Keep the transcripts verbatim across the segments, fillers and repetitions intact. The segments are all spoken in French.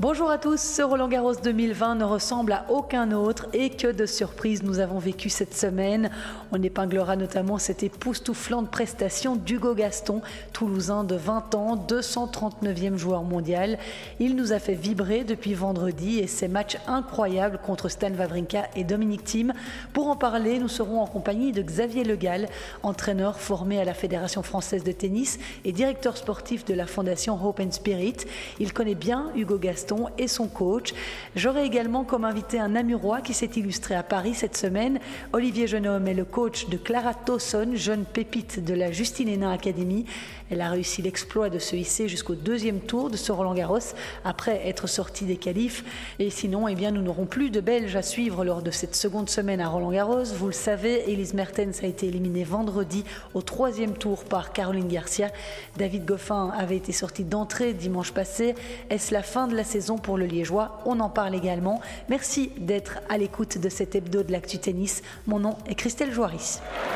Bonjour à tous, ce Roland-Garros deux mille vingt ne ressemble à aucun autre et que de surprises nous avons vécu cette semaine. On épinglera notamment cette époustouflante prestation d'Hugo Gaston, toulousain de vingt ans, deux cent trente-neuvième joueur mondial. Il nous a fait vibrer depuis vendredi et ses matchs incroyables contre Stan Wawrinka et Dominic Thiem. Pour en parler, nous serons en compagnie de Xavier Le Gall, entraîneur formé à la Fédération française de tennis et directeur sportif de la fondation Hope and Spirit. Il connaît bien Hugo Gaston et son coach. J'aurai également comme invité un Namurois qui s'est illustré à Paris cette semaine. Olivier Jeunhomme est le coach de Clara Tauson, jeune pépite de la Justine Hénin Academy. Elle a réussi l'exploit de se hisser jusqu'au deuxième tour de ce Roland-Garros après être sortie des qualifs. Et sinon, eh bien, nous n'aurons plus de Belges à suivre lors de cette seconde semaine à Roland-Garros. Vous le savez, Elise Mertens a été éliminée vendredi au troisième tour par Caroline Garcia. David Goffin avait été sorti d'entrée dimanche passé. Est-ce la fin de la saison pour le Liégeois? On en parle également. Merci d'être à l'écoute de cet hebdo de l'actu tennis. Mon nom est Christelle Joiris.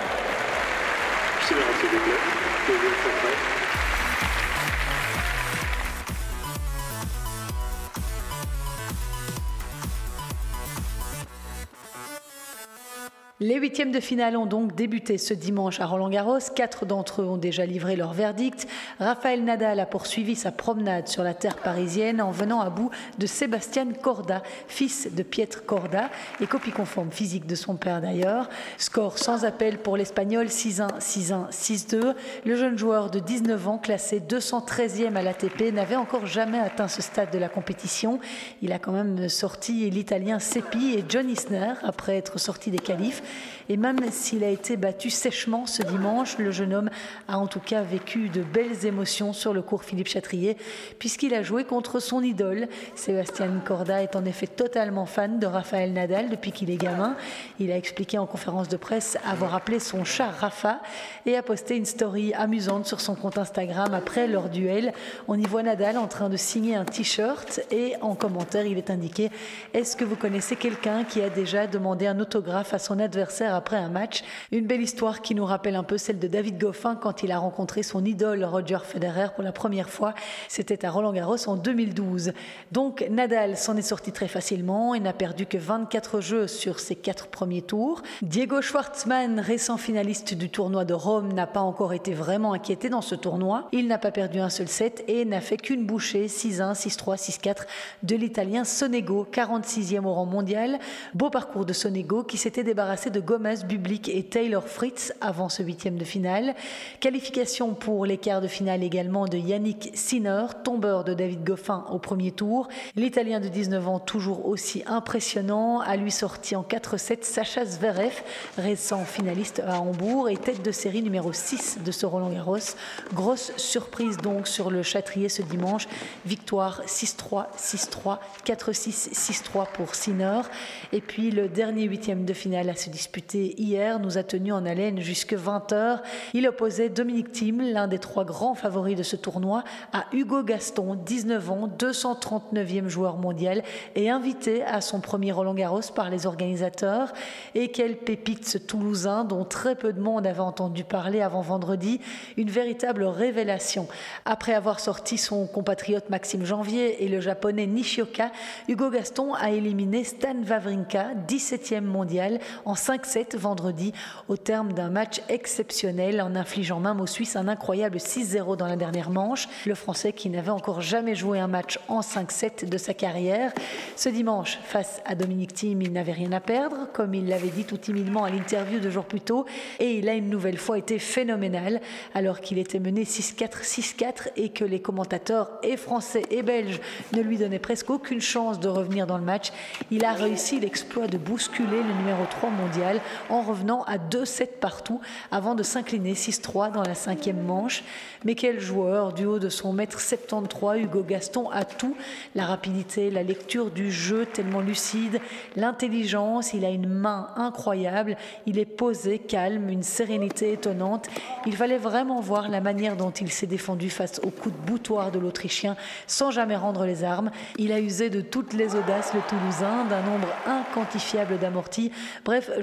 Les huitièmes de finale ont donc débuté ce dimanche à Roland-Garros. Quatre d'entre eux ont déjà livré leur verdict. Rafael Nadal a poursuivi sa promenade sur la terre parisienne en venant à bout de Sebastián Corda, fils de Pietre Corda et copie conforme physique de son père d'ailleurs. Score sans appel pour l'Espagnol, six un, six un, six deux. Le jeune joueur de dix-neuf ans, classé deux cent treizième à l'A T P, n'avait encore jamais atteint ce stade de la compétition. Il a quand même sorti l'Italien Seppi et John Isner après être sorti des qualifs. Et même s'il a été battu sèchement ce dimanche, le jeune homme a en tout cas vécu de belles émotions sur le court Philippe Chatrier, puisqu'il a joué contre son idole. Sebastián Corda est en effet totalement fan de Rafael Nadal depuis qu'il est gamin. Il a expliqué en conférence de presse avoir appelé son chat Rafa et a posté une story amusante sur son compte Instagram après leur duel. On y voit Nadal en train de signer un t-shirt et en commentaire il est indiqué « Est-ce que vous connaissez quelqu'un qui a déjà demandé un autographe à son adversaire après un match ?» Une belle histoire qui nous rappelle un peu celle de David Goffin quand il a rencontré son idole Roger Federer pour la première fois. C'était à Roland-Garros en deux mille douze. Donc Nadal s'en est sorti très facilement. Il n'a perdu que vingt-quatre jeux sur ses quatre premiers tours. Diego Schwartzmann, récent finaliste du tournoi de Rome, n'a pas encore été vraiment inquiété dans ce tournoi. Il n'a pas perdu un seul set et n'a fait qu'une bouchée, six un, six trois, six quatre de l'Italien Sonego, quarante-sixième au rang mondial. Beau parcours de Sonego qui s'était débarrassé de Gomez, Bublik et Taylor Fritz avant ce huitième de finale. Qualification pour les quarts de finale également de Yannick Sinner, tombeur de David Goffin au premier tour. L'Italien de dix-neuf ans, toujours aussi impressionnant, a lui sorti en quatre sept Sacha Zverev, récent finaliste à Hambourg et tête de série numéro six de ce Roland-Garros. Grosse surprise donc sur le Châtrier ce dimanche. Victoire six trois, six trois, quatre six, six trois pour Sinner. Et puis le dernier huitième de finale à se disputé hier nous a tenu en haleine jusque vingt heures. Il opposait Dominic Thiem, l'un des trois grands favoris de ce tournoi, à Hugo Gaston, dix-neuf ans, deux cent trente-neuvième joueur mondial et invité à son premier Roland-Garros par les organisateurs. Et quelle pépite ce Toulousain dont très peu de monde avait entendu parler avant vendredi, une véritable révélation. Après avoir sorti son compatriote Maxime Janvier et le japonais Nishioka, Hugo Gaston a éliminé Stan Wawrinka, dix-septième mondial, en cinq sept vendredi au terme d'un match exceptionnel en infligeant même aux Suisses un incroyable six zéro dans la dernière manche. Le Français qui n'avait encore jamais joué un match en cinq sept de sa carrière. Ce dimanche, face à Dominic Thiem, il n'avait rien à perdre, comme il l'avait dit tout timidement à l'interview deux jours plus tôt, et il a une nouvelle fois été phénoménal alors qu'il était mené six quatre, six quatre et que les commentateurs et français et belges ne lui donnaient presque aucune chance de revenir dans le match. Il a réussi l'exploit de bousculer le numéro trois mondial en revenant à deux sept partout avant de s'incliner six trois dans la cinquième manche. Mais quel joueur, du haut de son mètre soixante-treize, Hugo Gaston a tout, la rapidité, la lecture du jeu tellement lucide, l'intelligence, il a une main incroyable, il est posé, calme, une sérénité étonnante. Il fallait vraiment voir la manière dont il s'est défendu face au coup de boutoir de l'Autrichien sans jamais rendre les armes. Il a usé de toutes les audaces le Toulousain, d'un nombre inquantifiable d'amortis. Bref,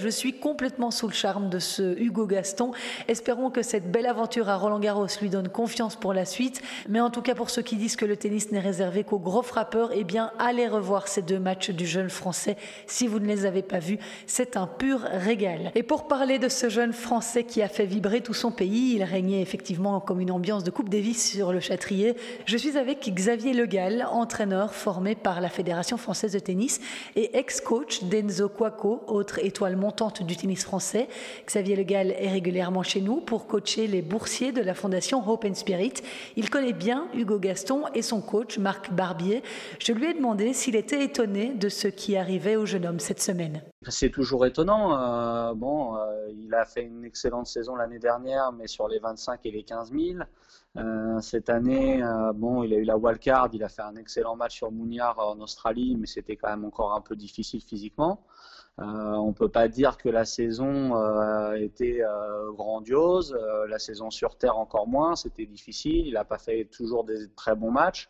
Je suis complètement sous le charme de ce Hugo Gaston. Espérons que cette belle aventure à Roland-Garros lui donne confiance pour la suite. Mais en tout cas, pour ceux qui disent que le tennis n'est réservé qu'aux gros frappeurs, eh bien, allez revoir ces deux matchs du jeune Français. Si vous ne les avez pas vus, c'est un pur régal. Et pour parler de ce jeune Français qui a fait vibrer tout son pays, il régnait effectivement comme une ambiance de Coupe Davis sur le Châtrier. Je suis avec Xavier Le Gall, entraîneur formé par la Fédération française de tennis et ex-coach d'Enzo Couacaud, autre étoile montante du tennis français. Xavier Le Gall est régulièrement chez nous pour coacher les boursiers de la fondation Hope and Spirit. Il connaît bien Hugo Gaston et son coach Marc Barbier. Je lui ai demandé s'il était étonné de ce qui arrivait au jeune homme cette semaine. C'est toujours étonnant. Euh, bon, euh, il a fait une excellente saison l'année dernière, mais sur les vingt-cinq et les quinze mille. Euh, cette année, euh, bon, il a eu la wildcard, il a fait un excellent match sur Mouniard en Australie, mais c'était quand même encore un peu difficile physiquement. Euh, on ne peut pas dire que la saison euh, était euh, grandiose, euh, la saison sur terre encore moins, c'était difficile, il n'a pas fait toujours des très bons matchs,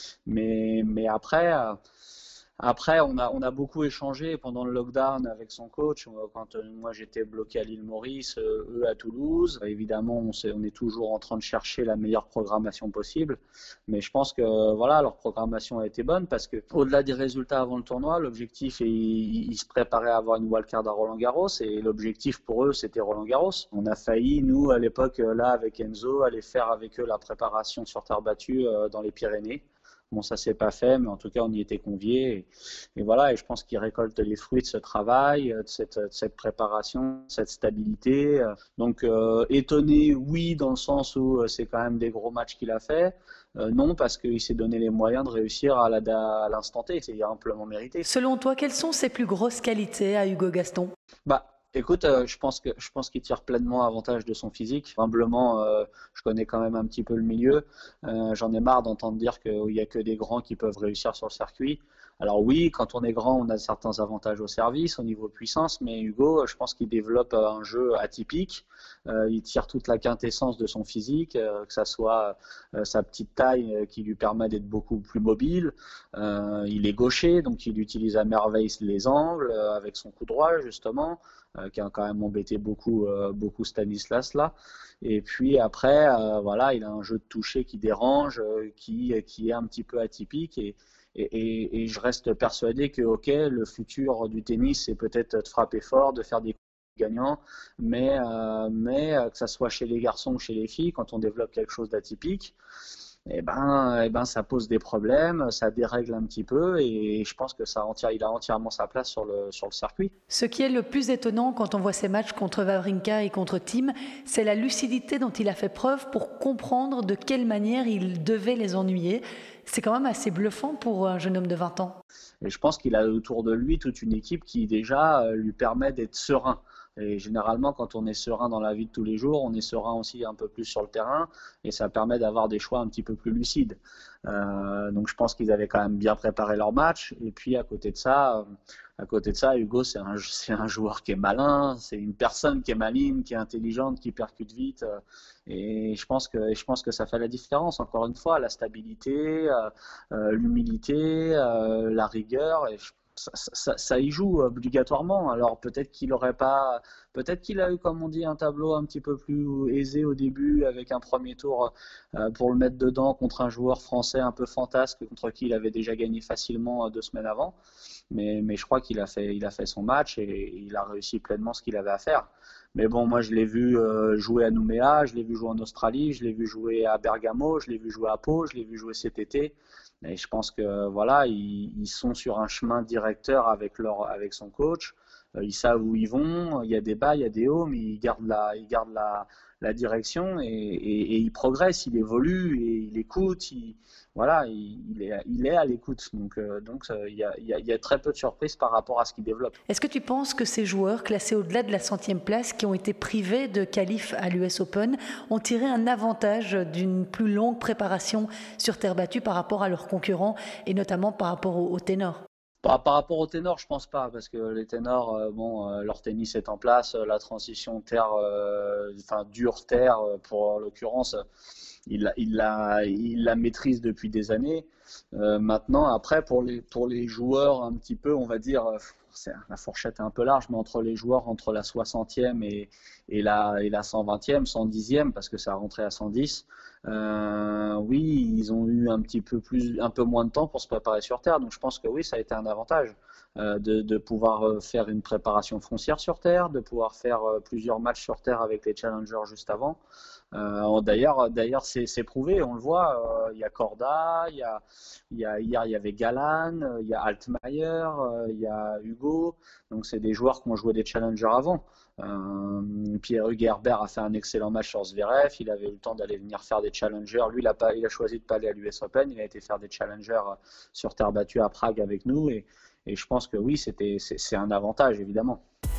mais, mais après... Euh, Après, on a, on a beaucoup échangé pendant le lockdown avec son coach. Quand euh, moi j'étais bloqué à l'île Maurice, euh, eux à Toulouse. Évidemment, on, on est toujours en train de chercher la meilleure programmation possible. Mais je pense que voilà, leur programmation a été bonne parce que au-delà des résultats avant le tournoi, l'objectif, est, ils, ils se préparaient à avoir une wildcard à Roland-Garros et l'objectif pour eux, c'était Roland-Garros. On a failli, nous, à l'époque, là, avec Enzo, aller faire avec eux la préparation sur terre battue euh, dans les Pyrénées. Bon, ça s'est pas fait, mais en tout cas, on y était conviés. Et, et voilà, et je pense qu'ils récoltent les fruits de ce travail, de cette, de cette préparation, de cette stabilité. Donc, euh, étonné, oui, dans le sens où c'est quand même des gros matchs qu'il a fait. Euh, non, parce qu'il s'est donné les moyens de réussir à, la, à l'instant T. C'est amplement mérité. Selon toi, quelles sont ses plus grosses qualités à Hugo Gaston ? Bah, Écoute, euh, je pense que je pense qu'il tire pleinement avantage de son physique. Humblement, euh, je connais quand même un petit peu le milieu. Euh, j'en ai marre d'entendre dire qu'il n'y a que des grands qui peuvent réussir sur le circuit. Alors oui, quand on est grand, on a certains avantages au service, au niveau puissance, mais Hugo, je pense qu'il développe un jeu atypique. Euh, il tire toute la quintessence de son physique, euh, que ça soit euh, sa petite taille euh, qui lui permet d'être beaucoup plus mobile. Euh, il est gaucher, donc il utilise à merveille les angles euh, avec son coup droit justement. Euh, qui a quand même embêté beaucoup, euh, beaucoup Stanislas là. Et puis après, euh, voilà, il a un jeu de toucher qui dérange, euh, qui, qui est un petit peu atypique. Et, et, et je reste persuadé que, ok, le futur du tennis, c'est peut-être de frapper fort, de faire des coups gagnants, mais, euh, mais que ça soit chez les garçons ou chez les filles, quand on développe quelque chose d'atypique, eh ben, eh ben, ça pose des problèmes, ça dérègle un petit peu et je pense que ça entière, il a entièrement sa place sur le, sur le circuit. Ce qui est le plus étonnant quand on voit ces matchs contre Wawrinka et contre Thiem, c'est la lucidité dont il a fait preuve pour comprendre de quelle manière il devait les ennuyer. C'est quand même assez bluffant pour un jeune homme de vingt ans. Et je pense qu'il a autour de lui toute une équipe qui déjà lui permet d'être serein. Et généralement, quand on est serein dans la vie de tous les jours, on est serein aussi un peu plus sur le terrain et ça permet d'avoir des choix un petit peu plus lucides. Euh, donc je pense qu'ils avaient quand même bien préparé leur match. Et puis à côté de ça, à côté de ça, Hugo, c'est un, c'est un joueur qui est malin, c'est une personne qui est maligne, qui est intelligente, qui percute vite. Et je pense que, je pense que ça fait la différence. Encore une fois, la stabilité, euh, l'humilité, euh, la rigueur. Et je, Ça, ça, ça y joue obligatoirement. Alors peut-être qu'il aurait pas, peut-être qu'il a eu, comme on dit, un tableau un petit peu plus aisé au début avec un premier tour euh, pour le mettre dedans contre un joueur français un peu fantasque contre qui il avait déjà gagné facilement deux semaines avant. Mais, mais je crois qu'il a fait, il a fait son match et il a réussi pleinement ce qu'il avait à faire. Mais bon, moi je l'ai vu euh, jouer à Nouméa, je l'ai vu jouer en Australie, je l'ai vu jouer à Bergamo, je l'ai vu jouer à Pau, je l'ai vu jouer cet été. Et je pense que voilà, ils, ils sont sur un chemin directeur avec leur, avec son coach. Euh, ils savent où ils vont. Il y a des bas, il y a des hauts, mais ils gardent la, ils gardent la, la direction et, et, et ils progressent, ils évoluent et ils écoutent. Ils, voilà, il, il, est, il est à l'écoute. Donc, euh, donc euh, il, y a, il, y a, il y a très peu de surprises par rapport à ce qu'il développe. Est-ce que tu penses que ces joueurs classés au-delà de la centième place, qui ont été privés de qualif à l'U S Open, ont tiré un avantage d'une plus longue préparation sur terre battue par rapport à leurs concurrents et notamment par rapport aux, aux ténors? Par, par rapport aux ténors, je pense pas, parce que les ténors, euh, bon, euh, leur tennis est en place, la transition terre, euh, enfin dure terre, pour en l'occurrence, il, il, la, il la maîtrise depuis des années. Euh, maintenant, après, pour les, pour les joueurs un petit peu, on va dire, c'est, la fourchette est un peu large, mais entre les joueurs entre la soixantième et, et, la, et la cent vingtième, cent dixième, parce que ça a rentré à cent dix, euh, oui, ils ont eu un petit peu plus, un peu moins de temps pour se préparer sur terre. Donc je pense que oui, ça a été un avantage euh, de, de pouvoir faire une préparation foncière sur terre, de pouvoir faire euh, plusieurs matchs sur terre avec les challengers juste avant. Euh, d'ailleurs, d'ailleurs c'est, c'est prouvé, on le voit. Il euh, y a Corda, il y a, y a, hier il y avait Galan, il y a Altmaier, euh, il y a Hugo. Donc c'est des joueurs qui ont joué des challengers avant. Euh, Pierre-Hugues Herbert a fait un excellent match sur Zverev. Il avait eu le temps d'aller venir faire des challengers. Lui, il a, pas, il a choisi de ne pas aller à l'U S Open. Il a été faire des challengers sur terre battue à Prague avec nous. Et, et je pense que oui, c'était, c'est, c'est un avantage, évidemment.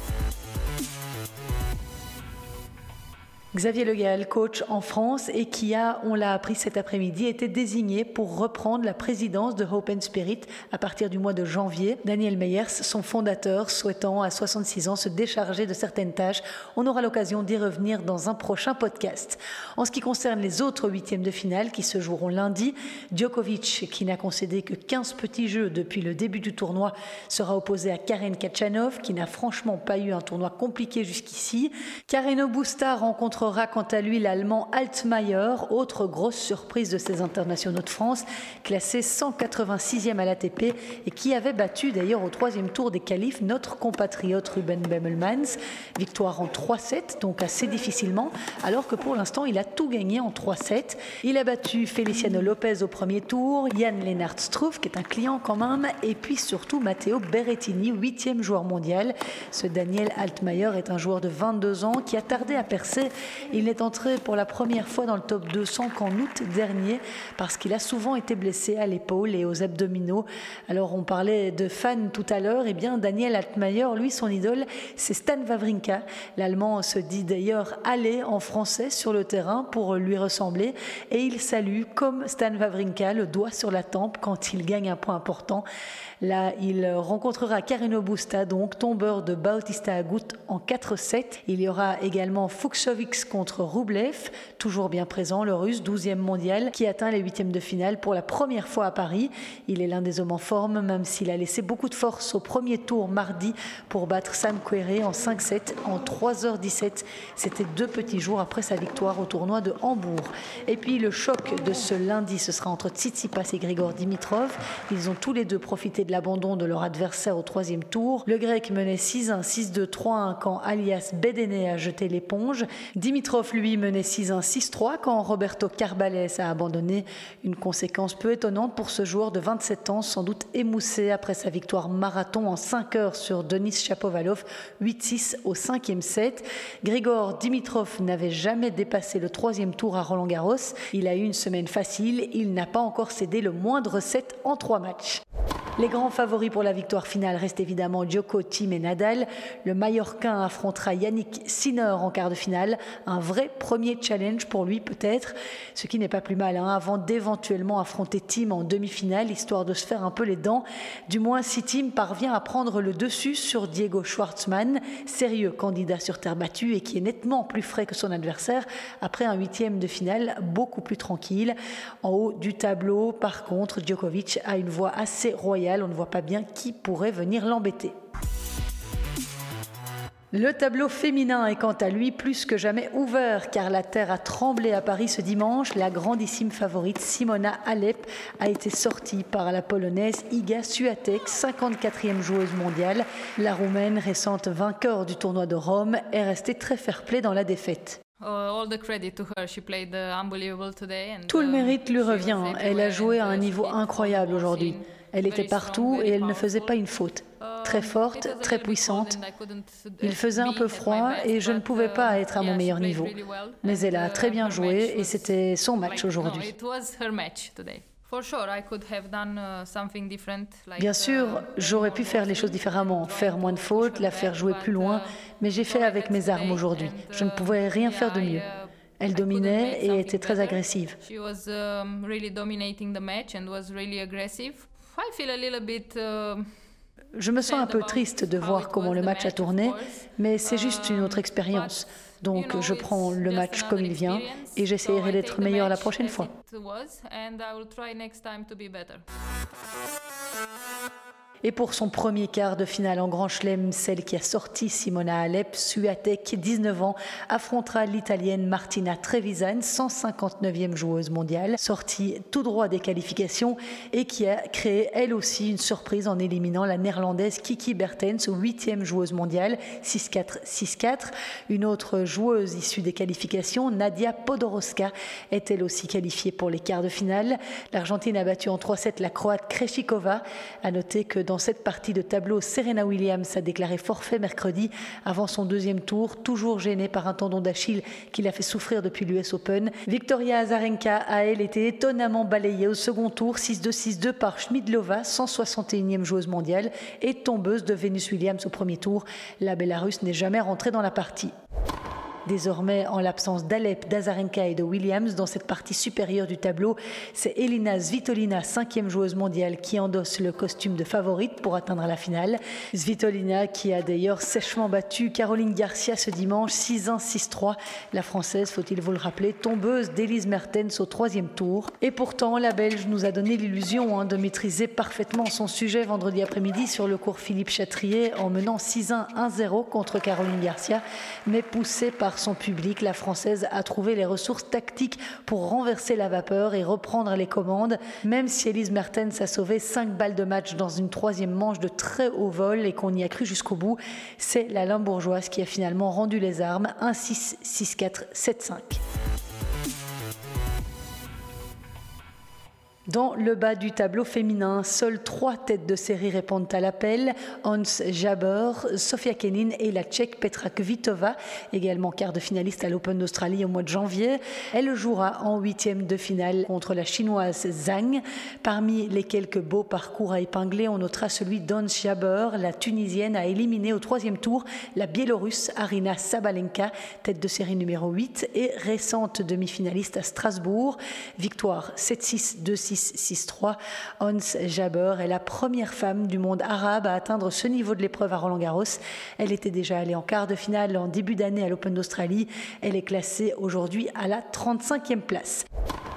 Xavier Le Gall, coach en France et qui a, on l'a appris cet après-midi, été désigné pour reprendre la présidence de Hope and Spirit à partir du mois de janvier. Daniel Meyers, son fondateur, souhaitant à soixante-six ans se décharger de certaines tâches. On aura l'occasion d'y revenir dans un prochain podcast. En ce qui concerne les autres huitièmes de finale qui se joueront lundi, Djokovic, qui n'a concédé que quinze petits jeux depuis le début du tournoi, sera opposé à Karen Khachanov, qui n'a franchement pas eu un tournoi compliqué jusqu'ici. Carreno Busta rencontre quant à lui l'Allemand Altmaier, autre grosse surprise de ces internationaux de France, classé cent quatre-vingt-sixième à l'A T P et qui avait battu d'ailleurs au troisième tour des qualifs notre compatriote Ruben Bemmelmans. Victoire en trois sept, donc assez difficilement, alors que pour l'instant il a tout gagné en trois sept. Il a battu Feliciano Lopez au premier tour, Jan-Lennart Struff qui est un client quand même, et puis surtout Matteo Berrettini, huitième joueur mondial. Ce Daniel Altmaier est un joueur de vingt-deux ans qui a tardé à percer. Il n'est entré pour la première fois dans le top deux cents qu'en août dernier parce qu'il a souvent été blessé à l'épaule et aux abdominaux. Alors on parlait de fans tout à l'heure, et bien Daniel Altmaier, lui son idole, c'est Stan Wawrinka. L'Allemand se dit d'ailleurs aller en français sur le terrain pour lui ressembler et il salue comme Stan Wawrinka le doigt sur la tempe quand il gagne un point important. Là, il rencontrera Carreno Busta, donc tombeur de Bautista Agut en quatre sept. Il y aura également Fucsovics contre Rublev, toujours bien présent, le Russe, douzième mondial, qui atteint les huitièmes de finale pour la première fois à Paris. Il est l'un des hommes en forme, même s'il a laissé beaucoup de force au premier tour mardi pour battre Sam Querrey en cinq sept en trois heures dix-sept. C'était deux petits jours après sa victoire au tournoi de Hambourg. Et puis le choc de ce lundi, ce sera entre Tsitsipas et Grigor Dimitrov. Ils ont tous les deux profité de l'abandon de leur adversaire au troisième tour. Le Grec menait six un, six deux, trois un quand Alias Bedene a jeté l'éponge. Dimitrov, lui, menait six un, six trois quand Roberto Carbales a abandonné. Une conséquence peu étonnante pour ce joueur de vingt-sept ans, sans doute émoussé après sa victoire marathon en cinq heures sur Denis Shapovalov, huit six au cinquième set. Grigor Dimitrov n'avait jamais dépassé le troisième tour à Roland-Garros. Il a eu une semaine facile. Il n'a pas encore cédé le moindre set en trois matchs. Les grands favoris pour la victoire finale restent évidemment Djoko, Thiem et Nadal. Le Mallorquin affrontera Yannick Sinner en quart de finale. Un vrai premier challenge pour lui peut-être, ce qui n'est pas plus mal hein, avant d'éventuellement affronter Thiem en demi-finale, histoire de se faire un peu les dents. Du moins si Thiem parvient à prendre le dessus sur Diego Schwartzmann, sérieux candidat sur terre battue et qui est nettement plus frais que son adversaire après un huitième de finale beaucoup plus tranquille. En haut du tableau, par contre, Djokovic a une voix assez royale. On ne voit pas bien qui pourrait venir l'embêter. Le tableau féminin est quant à lui plus que jamais ouvert car la terre a tremblé à Paris ce dimanche. La grandissime favorite Simona Halep a été sortie par la polonaise Iga Swiatek, cinquante-quatrième joueuse mondiale. La roumaine, récente vainqueur du tournoi de Rome, est restée très fair-play dans la défaite. Tout le mérite lui revient. Elle a joué à un niveau incroyable aujourd'hui. Elle était partout et elle ne faisait pas une faute. Très forte, très puissante. Il faisait un peu froid et je ne pouvais pas être à mon meilleur niveau. Mais elle a très bien joué et c'était son match aujourd'hui. Bien sûr, j'aurais pu faire les choses différemment, faire moins de fautes, la faire jouer plus loin, mais j'ai fait avec mes armes aujourd'hui. Je ne pouvais rien faire de mieux. Elle dominait et était très agressive. Je me sens un peu triste de voir comment le match a tourné, mais c'est juste une autre expérience. Donc je prends le match comme il vient et j'essaierai d'être meilleure la prochaine fois. Et pour son premier quart de finale en Grand Chelem, celle qui a sorti Simona Halep, Swiatek, dix-neuf ans, affrontera l'Italienne Martina Trevisan, cent cinquante-neuvième joueuse mondiale, sortie tout droit des qualifications et qui a créé elle aussi une surprise en éliminant la Néerlandaise Kiki Bertens, huitième joueuse mondiale, six quatre six quatre. Une autre joueuse issue des qualifications, Nadia Podoroska, est elle aussi qualifiée pour les quarts de finale. L'Argentine a battu en trois sept la Croate Krejcikova. À noter que dans cette partie de tableau, Serena Williams a déclaré forfait mercredi avant son deuxième tour, toujours gênée par un tendon d'Achille qui l'a fait souffrir depuis l'U S Open. Victoria Azarenka a elle été étonnamment balayée au second tour, six deux six deux par Schmidlova, cent soixante et unième joueuse mondiale et tombeuse de Venus Williams au premier tour. La Bélarusse n'est jamais rentrée dans la partie. Désormais, en l'absence d'Alep, d'Azarenka et de Williams, dans cette partie supérieure du tableau, c'est Elina Svitolina, cinquième joueuse mondiale, qui endosse le costume de favorite pour atteindre la finale. Svitolina qui a d'ailleurs sèchement battu Caroline Garcia ce dimanche, six un six trois. La Française, faut-il vous le rappeler, tombeuse d'Elise Mertens au troisième tour. Et pourtant, la Belge nous a donné l'illusion hein, de maîtriser parfaitement son sujet vendredi après-midi sur le cours Philippe Chatrier en menant six un un zéro contre Caroline Garcia, mais poussée par son public, la Française a trouvé les ressources tactiques pour renverser la vapeur et reprendre les commandes, même si Elise Mertens a sauvé cinq balles de match dans une troisième manche de très haut vol et qu'on y a cru jusqu'au bout. C'est la Limbourgeoise qui a finalement rendu les armes, un six six quatre sept cinq. Dans le bas du tableau féminin, seules trois têtes de série répondent à l'appel. Hans Jabber, Sofia Kenin et la Tchèque Petra Kvitova, également quart de finaliste à l'Open d'Australie au mois de janvier. Elle jouera en huitième de finale contre la Chinoise Zhang. Parmi les quelques beaux parcours à épingler, on notera celui d'Hans Jabber. La Tunisienne a éliminé au troisième tour la Biélorusse Arina Sabalenka, tête de série numéro huit et récente demi-finaliste à Strasbourg. Victoire sept six deux six six trois. Hans Jabber est la première femme du monde arabe à atteindre ce niveau de l'épreuve à Roland-Garros. Elle était déjà allée en quart de finale en début d'année à l'Open d'Australie. Elle est classée aujourd'hui à la trente-cinquième place.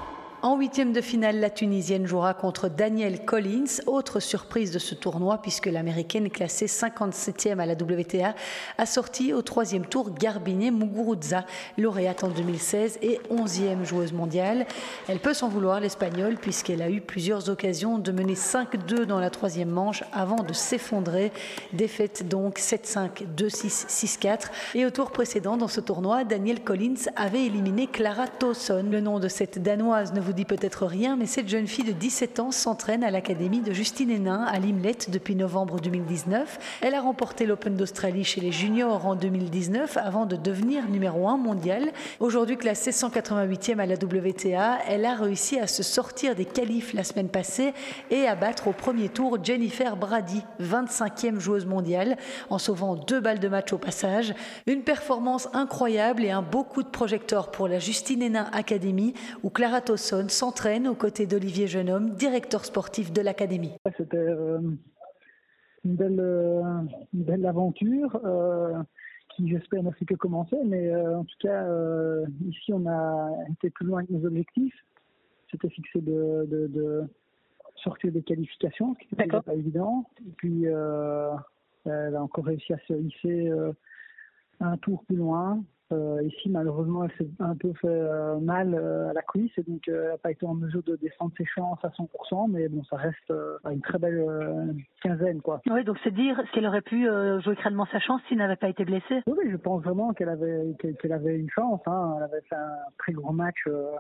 En huitième de finale, la Tunisienne jouera contre Danielle Collins. Autre surprise de ce tournoi puisque l'Américaine classée cinquante-septième à la W T A a sorti au troisième tour Garbiñe Muguruza, lauréate en deux mille seize et onzième joueuse mondiale. Elle peut s'en vouloir, l'Espagnole, puisqu'elle a eu plusieurs occasions de mener cinq deux dans la troisième manche avant de s'effondrer. Défaite donc sept cinq deux six six quatre. Et au tour précédent dans ce tournoi, Danielle Collins avait éliminé Clara Tauson. Le nom de cette Danoise ne vous dit peut-être rien, mais cette jeune fille de dix-sept ans s'entraîne à l'académie de Justine Hénin à Limlet depuis novembre deux mille dix-neuf. Elle a remporté l'Open d'Australie chez les juniors en deux mille dix-neuf avant de devenir numéro un mondial. Aujourd'hui classée cent quatre-vingt-huitième à la W T A, elle a réussi à se sortir des qualifs la semaine passée et à battre au premier tour Jennifer Brady, vingt-cinquième joueuse mondiale, en sauvant deux balles de match au passage. Une performance incroyable et un beau coup de projecteur pour la Justine Hénin Academy où Clara Tauson s'entraîne aux côtés d'Olivier Jeunhomme, directeur sportif de l'académie. C'était euh, une, belle, euh, une belle aventure euh, qui, j'espère, n'a fait que commencer. Mais euh, en tout cas, euh, ici, on a été plus loin que nos objectifs. C'était fixé de, de, de sortir des qualifications, ce qui n'était pas évident. Et puis, euh, elle a encore réussi à se hisser euh, un tour plus loin. Euh, ici, malheureusement, elle s'est un peu fait euh, mal euh, à la cuisse et donc euh, elle n'a pas été en mesure de défendre ses chances à cent pour cent, mais bon, ça reste euh, une très belle euh, quinzaine, quoi. Oui, donc c'est dire qu'elle aurait pu euh, jouer crânement sa chance s'il n'avait pas été blessée. Oui, oui, je pense vraiment qu'elle avait, qu'elle, qu'elle avait une chance. Hein. Elle avait fait un très grand match euh,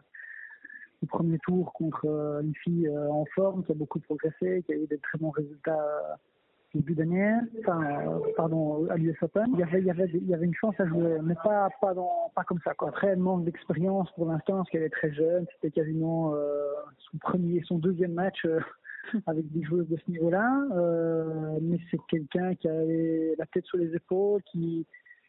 au premier tour contre euh, une fille euh, en forme, qui a beaucoup progressé, qui a eu des très bons résultats euh, début d'année, enfin, euh, pardon, à l'U S Open. Il y avait, il y avait, il y avait une chance à jouer, mais pas, pas, dans, pas comme ça, quoi. Après, elle manque d'expérience pour l'instant, parce qu'elle est très jeune. C'était quasiment euh, son premier, son deuxième match euh, avec des joueuses de ce niveau-là. Euh, mais c'est quelqu'un qui a la tête sur les épaules, qui,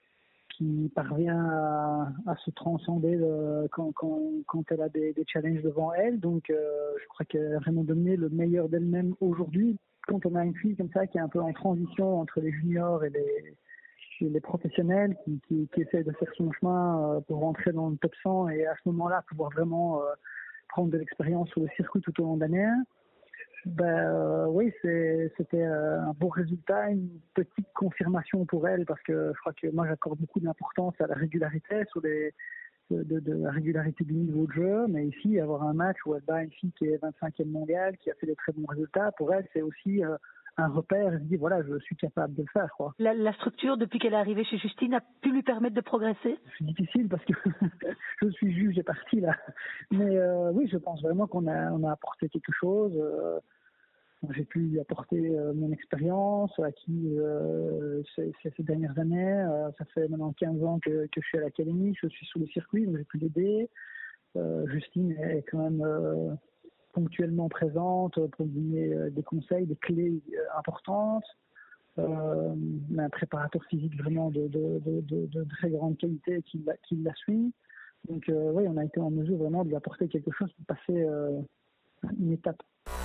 qui parvient à, à se transcender euh, quand, quand, quand elle a des, des challenges devant elle. Donc, euh, je crois qu'elle a vraiment donné le meilleur d'elle-même aujourd'hui. Quand on a une fille comme ça qui est un peu en transition entre les juniors et les, et les professionnels, qui, qui, qui essaie de faire son chemin pour rentrer dans le top cent et à ce moment-là pouvoir vraiment euh, prendre de l'expérience sur le circuit tout au long de l'année, Ben euh, oui, c'est, c'était euh, un bon résultat, une petite confirmation pour elle, parce que je crois que moi j'accorde beaucoup d'importance à la régularité, sur les, de, de, de la régularité du niveau de jeu, mais ici avoir un match où elle bat une fille qui est vingt-cinquième mondiale, qui a fait des très bons résultats, pour elle c'est aussi euh, un repère, elle se dit voilà, je suis capable de le faire, quoi. La, la structure, depuis qu'elle est arrivée chez Justine, a pu lui permettre de progresser? C'est difficile parce que je suis juge et partie là. Mais euh, oui, je pense vraiment qu'on a, on a apporté quelque chose. Euh, j'ai pu lui apporter euh, mon expérience, acquis euh, ces, ces dernières années. Euh, ça fait maintenant quinze ans que, que je suis à l'académie, je suis sous le circuit, donc j'ai pu l'aider. Euh, Justine est quand même euh, ponctuellement présente pour lui donner euh, des conseils, des clés euh, importantes. Euh, un préparateur physique vraiment de, de, de, de, de très grande qualité qui la, qui la suit. Donc euh, oui, on a été en mesure vraiment de lui apporter quelque chose pour passer euh, une étape.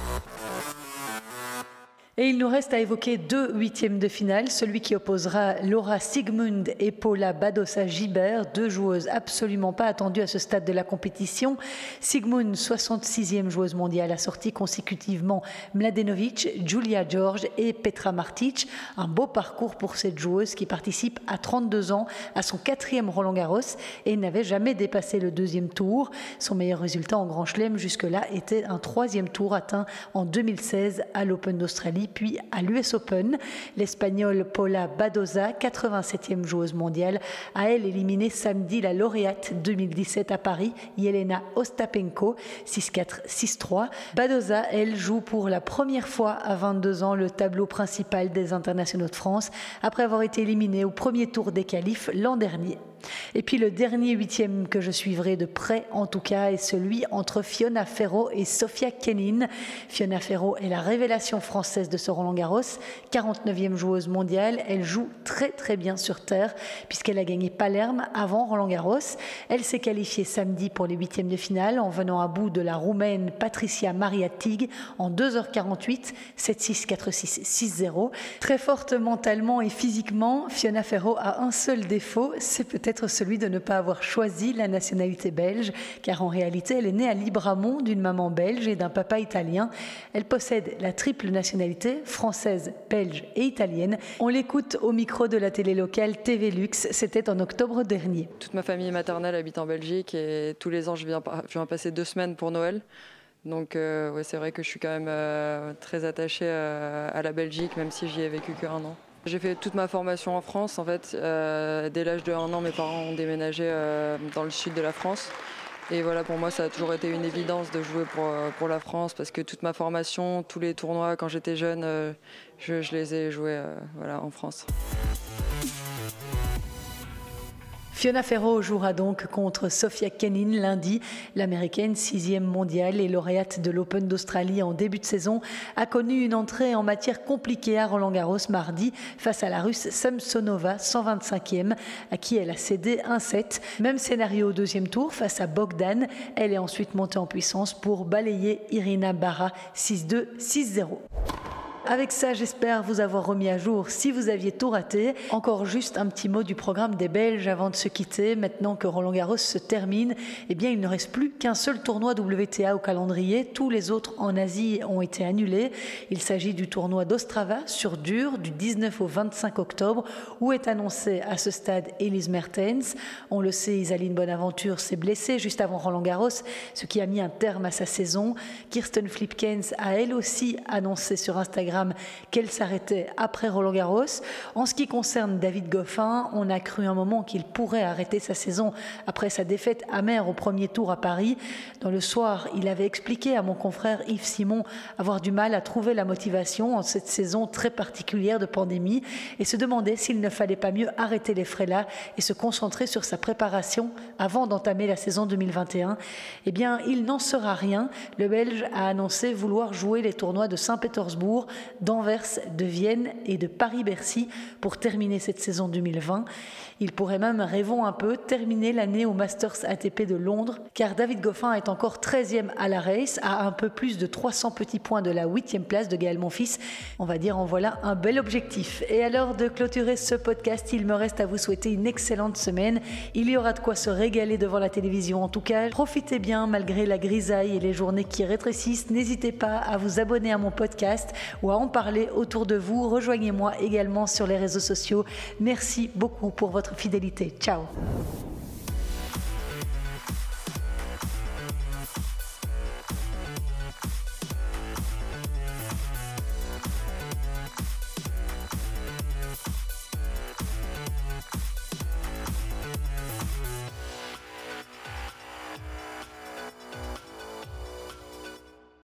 Et il nous reste à évoquer deux huitièmes de finale, celui qui opposera Laura Siegemund et Paula Badosa-Gibert, deux joueuses absolument pas attendues à ce stade de la compétition. Siegemund, soixante-sixième joueuse mondiale, a sorti consécutivement Mladenovic, Julia George et Petra Martic. Un beau parcours pour cette joueuse qui participe à trente-deux ans à son quatrième Roland-Garros et n'avait jamais dépassé le deuxième tour. Son meilleur résultat en Grand Chelem jusque-là était un troisième tour atteint en deux mille seize à l'Open d'Australie, puis à l'U S Open. L'Espagnole Paula Badosa, quatre-vingt-septième joueuse mondiale, a elle éliminé samedi la lauréate deux mille dix-sept à Paris, Jelena Ostapenko, six quatre, six trois. Badosa, elle, joue pour la première fois à vingt-deux ans le tableau principal des internationaux de France, après avoir été éliminée au premier tour des qualifs l'an dernier. Et puis le dernier huitième que je suivrai de près en tout cas est celui entre Fiona Ferro et Sofia Kenin. Fiona Ferro est la révélation française de ce Roland-Garros, quarante-neuvième joueuse mondiale. Elle joue très très bien sur terre puisqu'elle a gagné Palerme avant Roland-Garros. Elle s'est qualifiée samedi pour les huitièmes de finale en venant à bout de la Roumaine Patricia Maria Tig en deux heures quarante-huit, sept six, quatre six, six zéro. Très forte mentalement et physiquement, Fiona Ferro a un seul défaut, c'est peut-être celui de ne pas avoir choisi la nationalité belge, car en réalité, elle est née à Libramont d'une maman belge et d'un papa italien. Elle possède la triple nationalité, française, belge et italienne. On l'écoute au micro de la télé locale T V Lux, c'était en octobre dernier. Toute ma famille maternelle habite en Belgique et tous les ans, je viens, je viens passer deux semaines pour Noël. Donc euh, ouais, c'est vrai que je suis quand même euh, très attachée euh, à la Belgique, même si j'y ai vécu qu'un an. J'ai fait toute ma formation en France. En fait, euh, dès l'âge de un an, mes parents ont déménagé euh, dans le sud de la France. Et voilà, pour moi, ça a toujours été une évidence de jouer pour, pour la France parce que toute ma formation, tous les tournois, quand j'étais jeune, euh, je, je les ai joués euh, voilà, en France. Fiona Ferro jouera donc contre Sofia Kenin lundi. L'américaine, sixième mondiale et lauréate de l'Open d'Australie en début de saison, a connu une entrée en matière compliquée à Roland-Garros mardi face à la Russe Samsonova, cent vingt-cinquième, à qui elle a cédé un set. Même scénario au deuxième tour face à Bogdan. Elle est ensuite montée en puissance pour balayer Irina Bara, six deux, six zéro. Avec ça, j'espère vous avoir remis à jour si vous aviez tout raté. Encore juste un petit mot du programme des Belges avant de se quitter. Maintenant que Roland-Garros se termine, eh bien, il ne reste plus qu'un seul tournoi W T A au calendrier. Tous les autres en Asie ont été annulés. Il s'agit du tournoi d'Ostrava sur dur du dix-neuf au vingt-cinq octobre où est annoncé à ce stade Elise Mertens. On le sait, Isaline Bonaventure s'est blessée juste avant Roland-Garros, ce qui a mis un terme à sa saison. Kirsten Flipkens a elle aussi annoncé sur Instagram qu'elle s'arrêtait après Roland-Garros. En ce qui concerne David Goffin, on a cru un moment qu'il pourrait arrêter sa saison après sa défaite amère au premier tour à Paris. Dans le soir, il avait expliqué à mon confrère Yves Simon avoir du mal à trouver la motivation en cette saison très particulière de pandémie et se demandait s'il ne fallait pas mieux arrêter les frélas et se concentrer sur sa préparation avant d'entamer la saison deux mille vingt et un. Eh bien, il n'en sera rien. Le Belge a annoncé vouloir jouer les tournois de Saint-Pétersbourg, d'Anvers, de Vienne et de Paris-Bercy pour terminer cette saison deux mille vingt. Il pourrait même, rêvons un peu, terminer l'année au Masters A T P de Londres, car David Goffin est encore treizième à la race, à un peu plus de trois cents petits points de la huitième place de Gaël Monfils. On va dire en voilà un bel objectif. Et à l'heure de clôturer ce podcast, il me reste à vous souhaiter une excellente semaine. Il y aura de quoi se régaler devant la télévision en tout cas. Profitez bien malgré la grisaille et les journées qui rétrécissent. N'hésitez pas à vous abonner à mon podcast ou à en parler autour de vous. Rejoignez-moi également sur les réseaux sociaux. Merci beaucoup pour votre fidélité. Ciao.